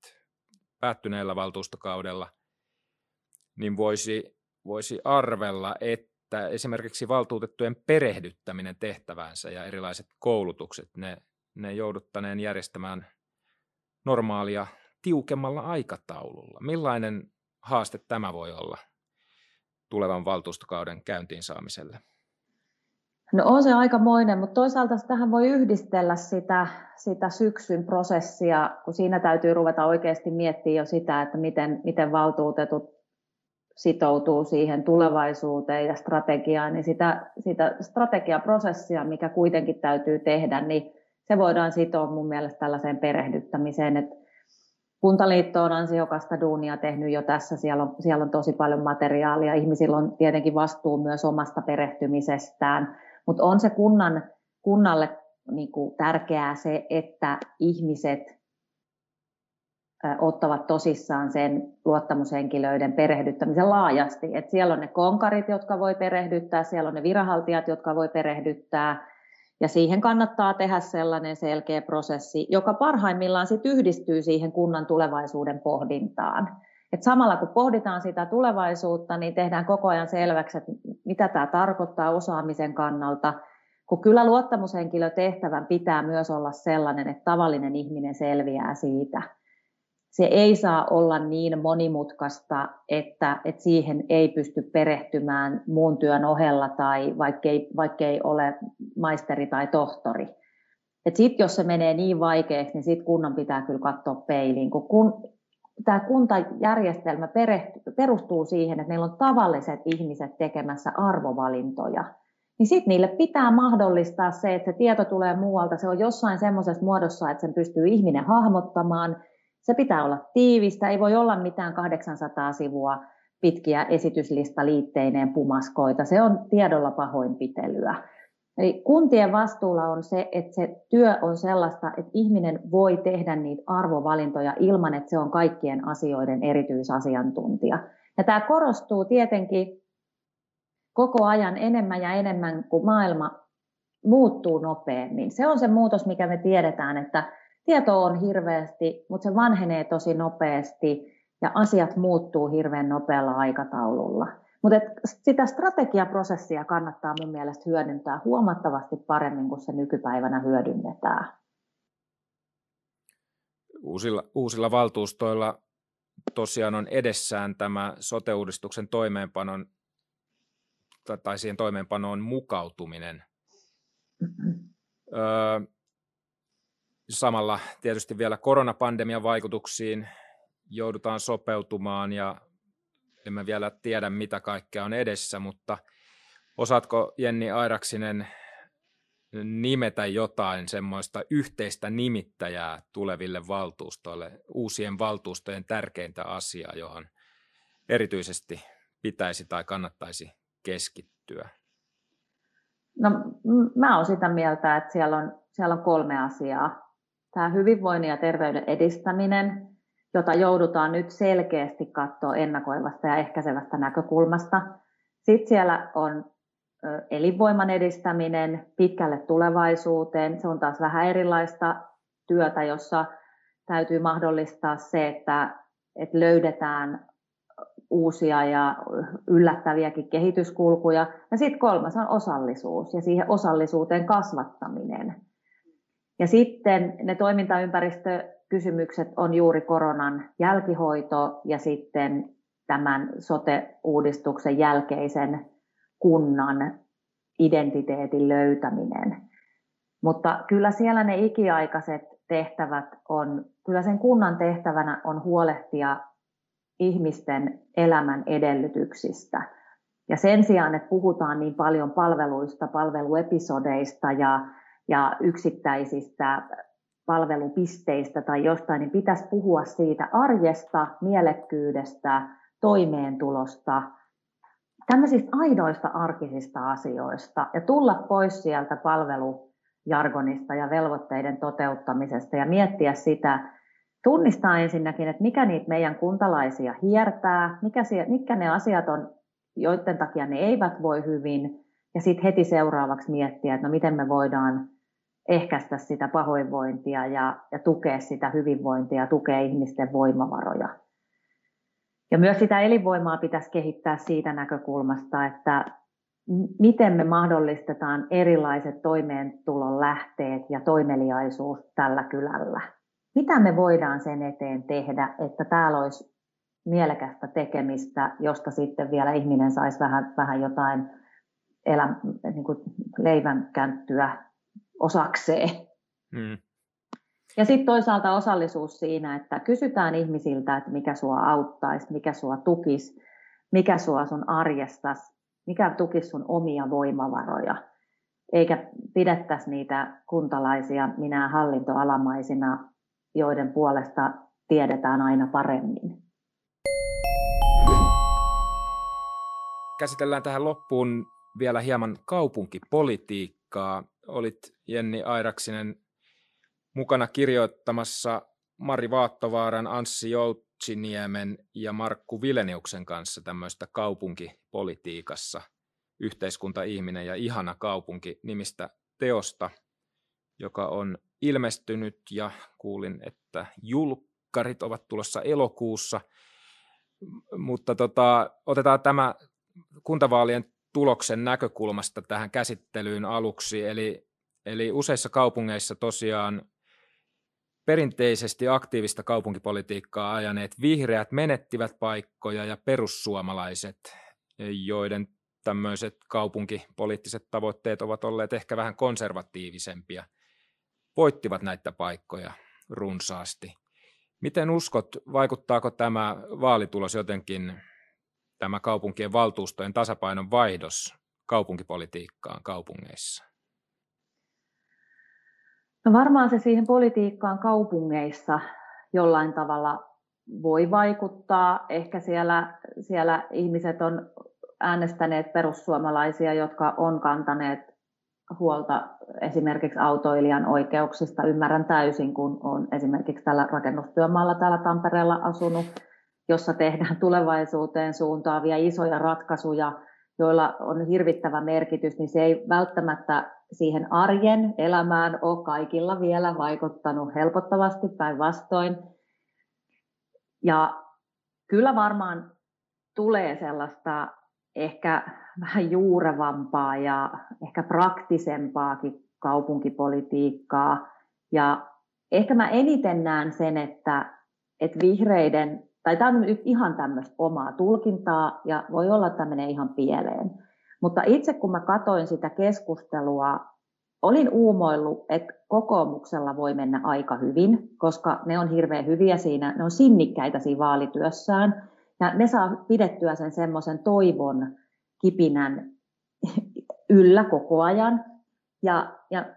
päättyneellä valtuustokaudella, niin voisi arvella, että että esimerkiksi valtuutettujen perehdyttäminen tehtäväänsä ja erilaiset koulutukset, ne jouduttaneen järjestämään normaalia tiukemmalla aikataululla. Millainen haaste tämä voi olla tulevan valtuustokauden käyntiin saamiselle? No on se aikamoinen, mutta toisaalta tähän voi yhdistellä sitä syksyn prosessia, kun siinä täytyy ruveta oikeasti miettimään jo sitä, että miten valtuutetut sitoutuu siihen tulevaisuuteen ja strategiaan, niin sitä strategiaprosessia, mikä kuitenkin täytyy tehdä, niin se voidaan sitoa mun mielestä tällaiseen perehdyttämiseen, että Kuntaliitto on ansiokasta duunia tehnyt jo tässä, siellä on tosi paljon materiaalia, ihmisillä on tietenkin vastuu myös omasta perehtymisestään, mutta on se kunnalle niin kuin tärkeää se, että ihmiset ottavat tosissaan sen luottamushenkilöiden perehdyttämisen laajasti. Et siellä on ne konkarit, jotka voi perehdyttää, siellä on ne viranhaltijat, jotka voi perehdyttää, ja siihen kannattaa tehdä sellainen selkeä prosessi, joka parhaimmillaan sit yhdistyy siihen kunnan tulevaisuuden pohdintaan. Et samalla kun pohditaan sitä tulevaisuutta, niin tehdään koko ajan selväksi, että mitä tämä tarkoittaa osaamisen kannalta, kun kyllä luottamushenkilötehtävän pitää myös olla sellainen, että tavallinen ihminen selviää siitä. Se ei saa olla niin monimutkaista, että siihen ei pysty perehtymään muun työn ohella tai vaikkei ole maisteri tai tohtori. Sitten jos se menee niin vaikeaksi, niin sit kunnan pitää kyllä katsoa peiliin. Kun tämä kuntajärjestelmä perustuu siihen, että meillä on tavalliset ihmiset tekemässä arvovalintoja, niin sitten niille pitää mahdollistaa se, että se tieto tulee muualta. Se on jossain semmoisessa muodossa, että sen pystyy ihminen hahmottamaan. Se pitää olla tiivistä, ei voi olla mitään 800 sivua pitkiä esityslistaliitteineen pumaskoita. Se on tiedolla pahoinpitelyä. Eli kuntien vastuulla on se, että se työ on sellaista, että ihminen voi tehdä niitä arvovalintoja ilman, että se on kaikkien asioiden erityisasiantuntija. Ja tämä korostuu tietenkin koko ajan enemmän ja enemmän, kun maailma muuttuu nopeammin. Se on se muutos, mikä me tiedetään, että tieto on hirveästi, mutta se vanhenee tosi nopeasti ja asiat muuttuu hirveän nopealla aikataululla. Mutta sitä strategiaprosessia kannattaa mun mielestä hyödyntää huomattavasti paremmin kuin se nykypäivänä hyödynnetään. Uusilla valtuustoilla tosiaan on edessään tämä sote-uudistuksen toimeenpanon tai siihen toimeenpanoon mukautuminen. Samalla tietysti vielä koronapandemian vaikutuksiin joudutaan sopeutumaan ja emme vielä tiedä, mitä kaikkea on edessä, mutta osaatko Jenni Airaksinen nimetä jotain semmoista yhteistä nimittäjää tuleville valtuustoille, uusien valtuustojen tärkeintä asiaa, johon erityisesti pitäisi tai kannattaisi keskittyä? No, mä oon sitä mieltä, että siellä on 3 asiaa. Tämä hyvinvoinnin ja terveyden edistäminen, jota joudutaan nyt selkeästi katsoa ennakoivasta ja ehkäisevästä näkökulmasta. Sitten siellä on elinvoiman edistäminen pitkälle tulevaisuuteen. Se on taas vähän erilaista työtä, jossa täytyy mahdollistaa se, että löydetään uusia ja yllättäviäkin kehityskulkuja. Ja sitten 3 on osallisuus ja siihen kasvattaminen. Ja sitten ne toimintaympäristökysymykset on juuri koronan jälkihoito ja sitten tämän sote-uudistuksen jälkeisen kunnan identiteetin löytäminen. Mutta kyllä siellä ne ikiaikaiset tehtävät on, kyllä sen kunnan tehtävänä on huolehtia ihmisten elämän edellytyksistä. Ja sen sijaan, että puhutaan niin paljon palveluista, palveluepisodeista ja yksittäisistä palvelupisteistä tai jostain, niin pitäisi puhua siitä arjesta, mielekkyydestä, toimeentulosta, tämmöisistä aidoista arkisista asioista ja tulla pois sieltä palvelujargonista ja velvoitteiden toteuttamisesta ja miettiä sitä, tunnistaa ensinnäkin, että mikä niitä meidän kuntalaisia hiertää, mitkä ne asiat on, joiden takia ne eivät voi hyvin, ja sitten heti seuraavaksi miettiä, että no miten me voidaan ehkäistä sitä pahoinvointia ja tukea sitä hyvinvointia ja tukea ihmisten voimavaroja. Ja myös sitä elinvoimaa pitäisi kehittää siitä näkökulmasta, että miten me mahdollistetaan erilaiset toimeentulon lähteet ja toimeliaisuus tällä kylällä. Mitä me voidaan sen eteen tehdä, että täällä olisi mielekästä tekemistä, josta sitten vielä ihminen saisi vähän jotain niin kuin leivänkänttyä osakseen. Ja sitten toisaalta osallisuus siinä, että kysytään ihmisiltä, että mikä sua auttaisi, mikä sua tukisi, mikä sua sun arjestasi, mikä tukisi sun omia voimavaroja, eikä pidettäisi niitä kuntalaisia minä hallintoalamaisina, joiden puolesta tiedetään aina paremmin. Käsitellään tähän loppuun vielä hieman kaupunkipolitiikkaa. Olit, Jenni Airaksinen, mukana kirjoittamassa Mari Vaattovaaran, Anssi Joutseniemen ja Markku Vileniuksen kanssa tämmöistä kaupunkipolitiikassa yhteiskunta, ihminen ja ihana kaupunki -nimistä teosta, joka on ilmestynyt, ja kuulin, että julkkarit ovat tulossa elokuussa. Mutta otetaan tämä kuntavaalien tuloksen näkökulmasta tähän käsittelyyn aluksi. Eli useissa kaupungeissa tosiaan perinteisesti aktiivista kaupunkipolitiikkaa ajaneet vihreät menettivät paikkoja, ja perussuomalaiset, joiden tämmöiset kaupunkipoliittiset tavoitteet ovat olleet ehkä vähän konservatiivisempia, voittivat näitä paikkoja runsaasti. Miten uskot, vaikuttaako tämä vaalitulos jotenkin, tämä kaupunkien valtuustojen tasapainon vaihdos, kaupunkipolitiikkaan kaupungeissa? No varmaan se siihen politiikkaan kaupungeissa jollain tavalla voi vaikuttaa. Ehkä siellä ihmiset on äänestäneet perussuomalaisia, jotka on kantaneet huolta esimerkiksi autoilijan oikeuksista. Ymmärrän täysin, kun olen esimerkiksi tällä rakennustyömaalla täällä Tampereella asunut, jossa tehdään tulevaisuuteen suuntaavia isoja ratkaisuja, joilla on hirvittävä merkitys, niin se ei välttämättä siihen arjen elämään ole kaikilla vielä vaikuttanut helpottavasti, päinvastoin. Ja kyllä varmaan tulee sellaista ehkä vähän juurevampaa ja ehkä praktisempaakin kaupunkipolitiikkaa. Ja ehkä mä eniten näen sen, että vihreiden, tai tämä on nyt ihan tämmöistä omaa tulkintaa ja voi olla, että tämä menee ihan pieleen. Mutta itse kun mä katsoin sitä keskustelua, olin uumoillut, että kokoomuksella voi mennä aika hyvin, koska ne on hirveän hyviä siinä, ne on sinnikkäitä siinä vaalityössään. Ja ne saa pidettyä sen semmoisen toivon kipinän yllä koko ajan. Ja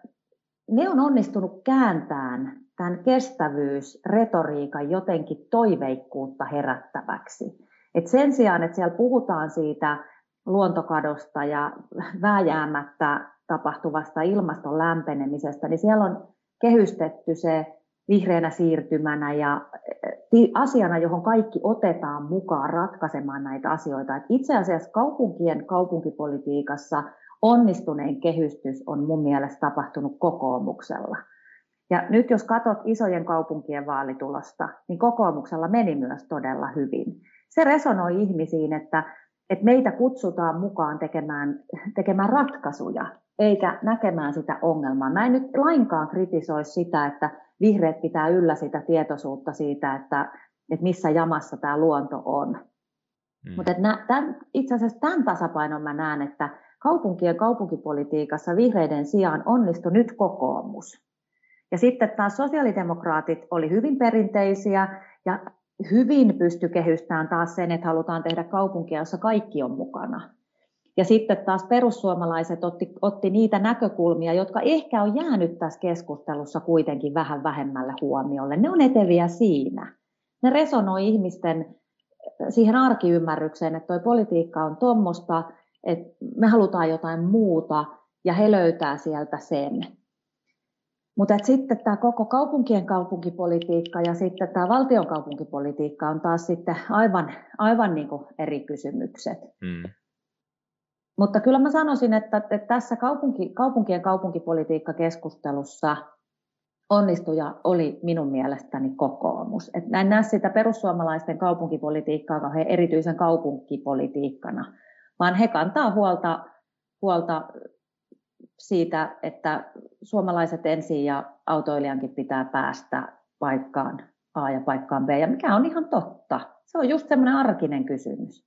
ne on onnistunut kääntämään tämän kestävyysretoriikan jotenkin toiveikkuutta herättäväksi. Et sen sijaan, että siellä puhutaan siitä luontokadosta ja vääjäämättä tapahtuvasta ilmaston lämpenemisestä, niin siellä on kehystetty se vihreänä siirtymänä ja asiana, johon kaikki otetaan mukaan ratkaisemaan näitä asioita. Et itse asiassa kaupunkien kaupunkipolitiikassa onnistunein kehystys on mun mielestä tapahtunut kokoomuksella. Ja nyt jos katsot isojen kaupunkien vaalitulosta, niin kokoomuksella meni myös todella hyvin. Se resonoi ihmisiin, että meitä kutsutaan mukaan tekemään ratkaisuja, eikä näkemään sitä ongelmaa. Mä en nyt lainkaan kritisoi sitä, että vihreät pitää yllä sitä tietoisuutta siitä, että missä jamassa tämä luonto on. Mutta itse asiassa tämän tasapainon mä näen, että kaupunkien kaupunkipolitiikassa vihreiden sijaan onnistui nyt kokoomus. Ja sitten taas sosiaalidemokraatit oli hyvin perinteisiä ja hyvin pysty kehystämään taas sen, että halutaan tehdä kaupunkia, jossa kaikki on mukana. Ja sitten taas perussuomalaiset otti niitä näkökulmia, jotka ehkä on jäänyt tässä keskustelussa kuitenkin vähän vähemmälle huomiolle. Ne on eteviä siinä. Ne resonoi ihmisten siihen arkiymmärrykseen, että tuo politiikka on tuommoista, että me halutaan jotain muuta ja he löytää sieltä sen. Mutta sitten tämä koko kaupunkien kaupunkipolitiikka ja sitten tämä valtion kaupunkipolitiikka on taas sitten aivan niin kuin eri kysymykset. Mutta kyllä mä sanoisin, että tässä kaupunkien kaupunkipolitiikkakeskustelussa onnistuja oli minun mielestäni kokoomus. Et en näe sitä perussuomalaisten kaupunkipolitiikkaa kauhean erityisen kaupunkipolitiikkana, vaan he kantaa huolta huolta siitä, että suomalaiset ensin ja autoilijankin pitää päästä paikkaan A ja paikkaan B, ja mikä on ihan totta. Se on just semmoinen arkinen kysymys.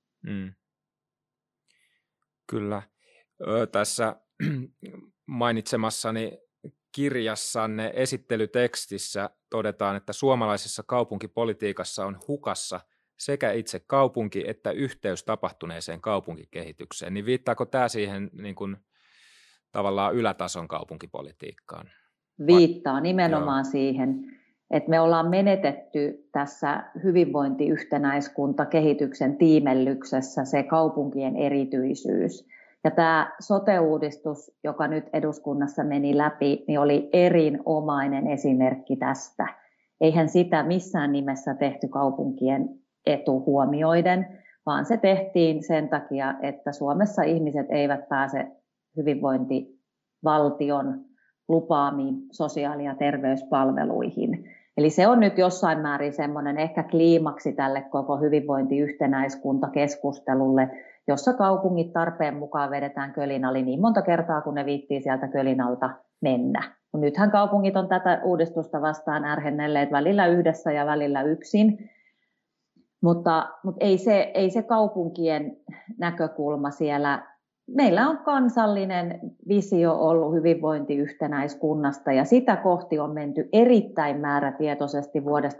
Kyllä. Tässä mainitsemassani kirjassanne esittelytekstissä todetaan, että suomalaisessa kaupunkipolitiikassa on hukassa sekä itse kaupunki että yhteys tapahtuneeseen kaupunkikehitykseen. Niin viittaako tämä siihen niin kuin tavallaan ylätason kaupunkipolitiikkaan? Viittaa nimenomaan siihen, että me ollaan menetetty tässä hyvinvointiyhtenäiskuntakehityksen tiimellyksessä se kaupunkien erityisyys. Ja tämä sote-uudistus, joka nyt eduskunnassa meni läpi, niin oli erinomainen esimerkki tästä. Eihän sitä missään nimessä tehty kaupunkien etu huomioiden, vaan se tehtiin sen takia, että Suomessa ihmiset eivät pääse hyvinvointivaltion lupaamiin sosiaali- ja terveyspalveluihin. Eli se on nyt jossain määrin semmoinen ehkä kliimaksi tälle koko hyvinvointiyhtenäiskuntakeskustelulle, jossa kaupungit tarpeen mukaan vedetään kölin ali niin monta kertaa, kun ne viittii sieltä kölin alta mennä. Nythän kaupungit on tätä uudistusta vastaan ärhennelleet välillä yhdessä ja välillä yksin, mutta ei se kaupunkien näkökulma siellä. Meillä on kansallinen visio ollut hyvinvointiyhtenäiskunnasta ja sitä kohti on menty erittäin määrätietoisesti vuodesta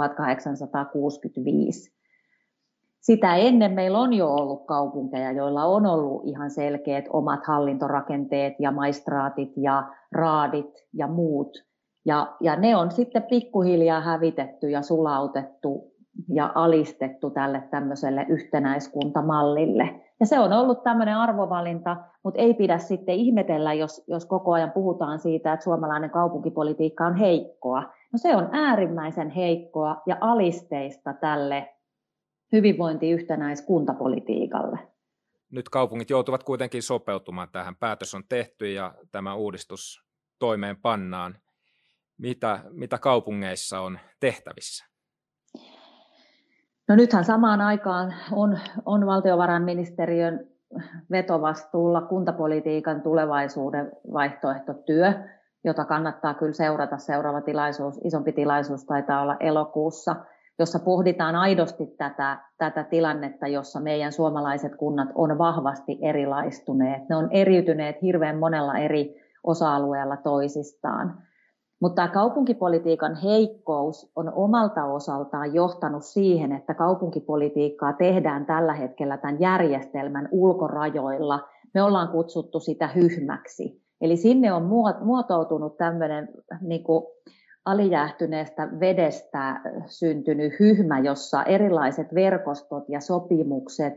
1865. Sitä ennen meillä on jo ollut kaupunkeja, joilla on ollut ihan selkeät omat hallintorakenteet ja maistraatit ja raadit ja muut. Ja ne on sitten pikkuhiljaa hävitetty ja sulautettu ja alistettu tälle tämmöiselle yhtenäiskuntamallille. Ja se on ollut tämmöinen arvovalinta, mutta ei pidä sitten ihmetellä, jos koko ajan puhutaan siitä, että suomalainen kaupunkipolitiikka on heikkoa. No se on äärimmäisen heikkoa ja alisteista tälle hyvinvointiyhtenäiskuntapolitiikalle. Nyt kaupungit joutuvat kuitenkin sopeutumaan tähän. Päätös on tehty ja tämä uudistus toimeenpannaan. Mitä kaupungeissa on tehtävissä? No nythän samaan aikaan on valtiovarainministeriön vetovastuulla kuntapolitiikan tulevaisuuden vaihtoehtotyö, jota kannattaa kyllä seurata. Seuraava isompi tilaisuus taitaa olla elokuussa, jossa pohditaan aidosti tätä tilannetta, jossa meidän suomalaiset kunnat on vahvasti erilaistuneet. Ne on eriytyneet hirveän monella eri osa-alueella toisistaan. Mutta tämä kaupunkipolitiikan heikkous on omalta osaltaan johtanut siihen, että kaupunkipolitiikkaa tehdään tällä hetkellä tämän järjestelmän ulkorajoilla. Me ollaan kutsuttu sitä hyhmäksi. Eli sinne on muotoutunut tämmöinen niin kuin alijäähtyneestä vedestä syntynyt hyhmä, jossa erilaiset verkostot ja sopimukset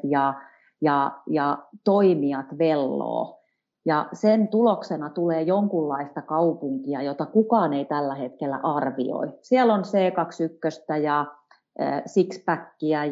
ja toimijat velloo. Ja sen tuloksena tulee jonkunlaista kaupunkia, jota kukaan ei tällä hetkellä arvioi. Siellä on C21 ja Sixpackia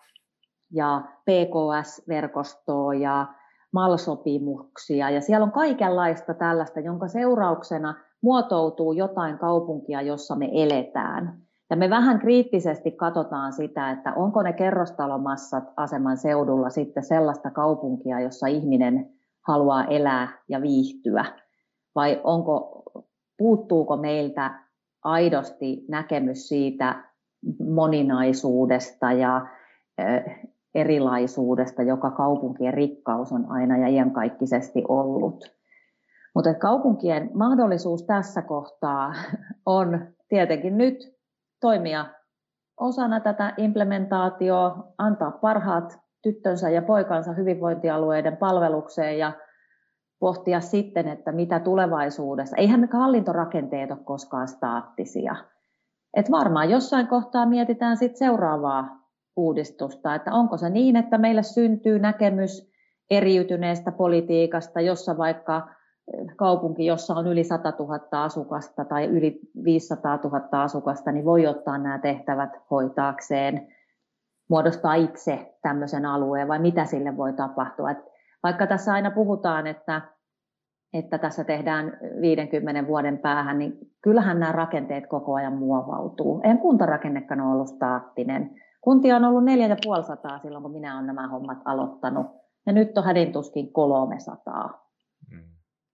ja PKS-verkostoa ja MAL-sopimuksia. Ja siellä on kaikenlaista tällaista, jonka seurauksena muotoutuu jotain kaupunkia, jossa me eletään. Ja me vähän kriittisesti katsotaan sitä, että onko ne kerrostalomassat aseman seudulla sitten sellaista kaupunkia, jossa ihminen haluaa elää ja viihtyä, vai puuttuuko meiltä aidosti näkemys siitä moninaisuudesta ja erilaisuudesta, joka kaupunkien rikkaus on aina ja iankaikkisesti ollut. Mutta kaupunkien mahdollisuus tässä kohtaa on tietenkin nyt toimia osana tätä implementaatioa, antaa parhaat tyttönsä ja poikansa hyvinvointialueiden palvelukseen ja pohtia sitten, että mitä tulevaisuudessa. Eihän hallintorakenteet ole koskaan staattisia. Et varmaan jossain kohtaa mietitään sit seuraavaa uudistusta, että onko se niin, että meille syntyy näkemys eriytyneestä politiikasta, jossa vaikka kaupunki, jossa on yli 100 000 asukasta tai yli 500 000 asukasta, niin voi ottaa nämä tehtävät hoitaakseen, muodostaa itse tämmöisen alueen, vai mitä sille voi tapahtua. Et vaikka tässä aina puhutaan, että tässä tehdään 50 vuoden päähän, niin kyllähän nämä rakenteet koko ajan muovautuu. Eihän kuntarakennekaan ole ollut staattinen. Kuntia on ollut 450 silloin, kun minä olen nämä hommat aloittanut. Ja nyt on hädintuskin 300.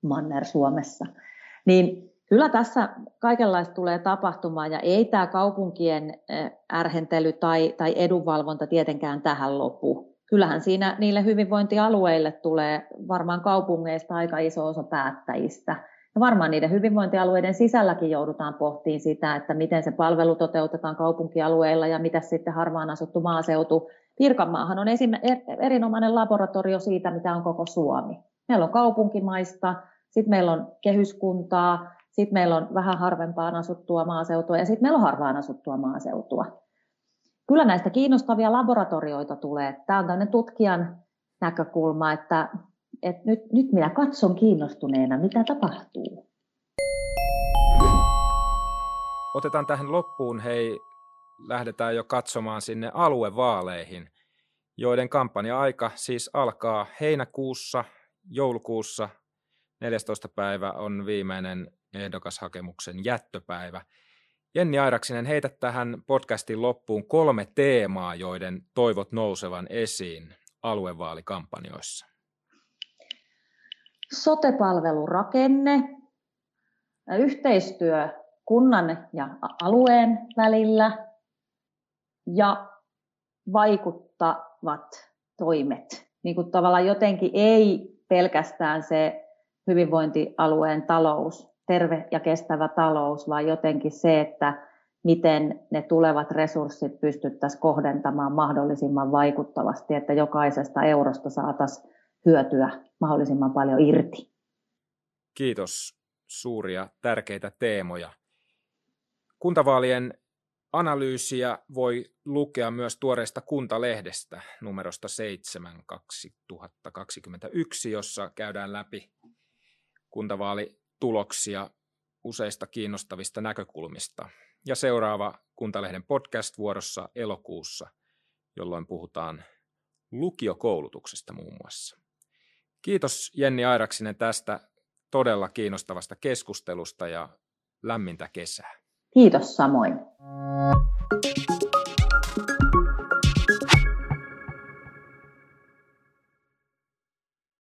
Manner-Suomessa. Niin kyllä tässä kaikenlaista tulee tapahtumaan ja ei tämä kaupunkien ärhentely tai edunvalvonta tietenkään tähän lopu. Kyllähän siinä niille hyvinvointialueille tulee varmaan kaupungeista aika iso osa päättäjistä. Ja varmaan niiden hyvinvointialueiden sisälläkin joudutaan pohtimaan sitä, että miten se palvelu toteutetaan kaupunkialueilla ja mitä sitten harvaan asuttu maaseutu. Pirkanmaahan on erinomainen laboratorio siitä, mitä on koko Suomi. Meillä on kaupunkimaista, sitten meillä on kehyskuntaa, sitten meillä on vähän harvempaan asuttua maaseutua ja sitten meillä on harvaan asuttua maaseutua. Kyllä näistä kiinnostavia laboratorioita tulee. Tämä on tämmöinen tutkijan näkökulma, että nyt minä katson kiinnostuneena, mitä tapahtuu. Otetaan tähän loppuun, lähdetään jo katsomaan sinne aluevaaleihin, joiden kampanja-aika siis alkaa heinäkuussa, joulukuussa. 14. päivä on viimeinen ehdokashakemuksen jättöpäivä. Jenni Airaksinen, heitä tähän podcastin loppuun 3 teemaa, joiden toivot nousevan esiin aluevaalikampanjoissa. Sote-palvelurakenne, yhteistyö kunnan ja alueen välillä ja vaikuttavat toimet. Niin kuin tavallaan jotenkin ei pelkästään se hyvinvointialueen talous, terve ja kestävä talous, vaan jotenkin se, että miten ne tulevat resurssit pystyttäisiin kohdentamaan mahdollisimman vaikuttavasti, että jokaisesta eurosta saataisiin hyötyä mahdollisimman paljon irti. Kiitos. Suuria tärkeitä teemoja. Kuntavaalien analyysiä voi lukea myös tuoreesta Kuntalehdestä numerosta 7/2021, jossa käydään läpi kuntavaalituloksia useista kiinnostavista näkökulmista. Ja seuraava Kuntalehden podcast-vuorossa elokuussa, jolloin puhutaan lukiokoulutuksesta muun muassa. Kiitos Jenni Airaksinen tästä todella kiinnostavasta keskustelusta ja lämmintä kesää. Kiitos samoin.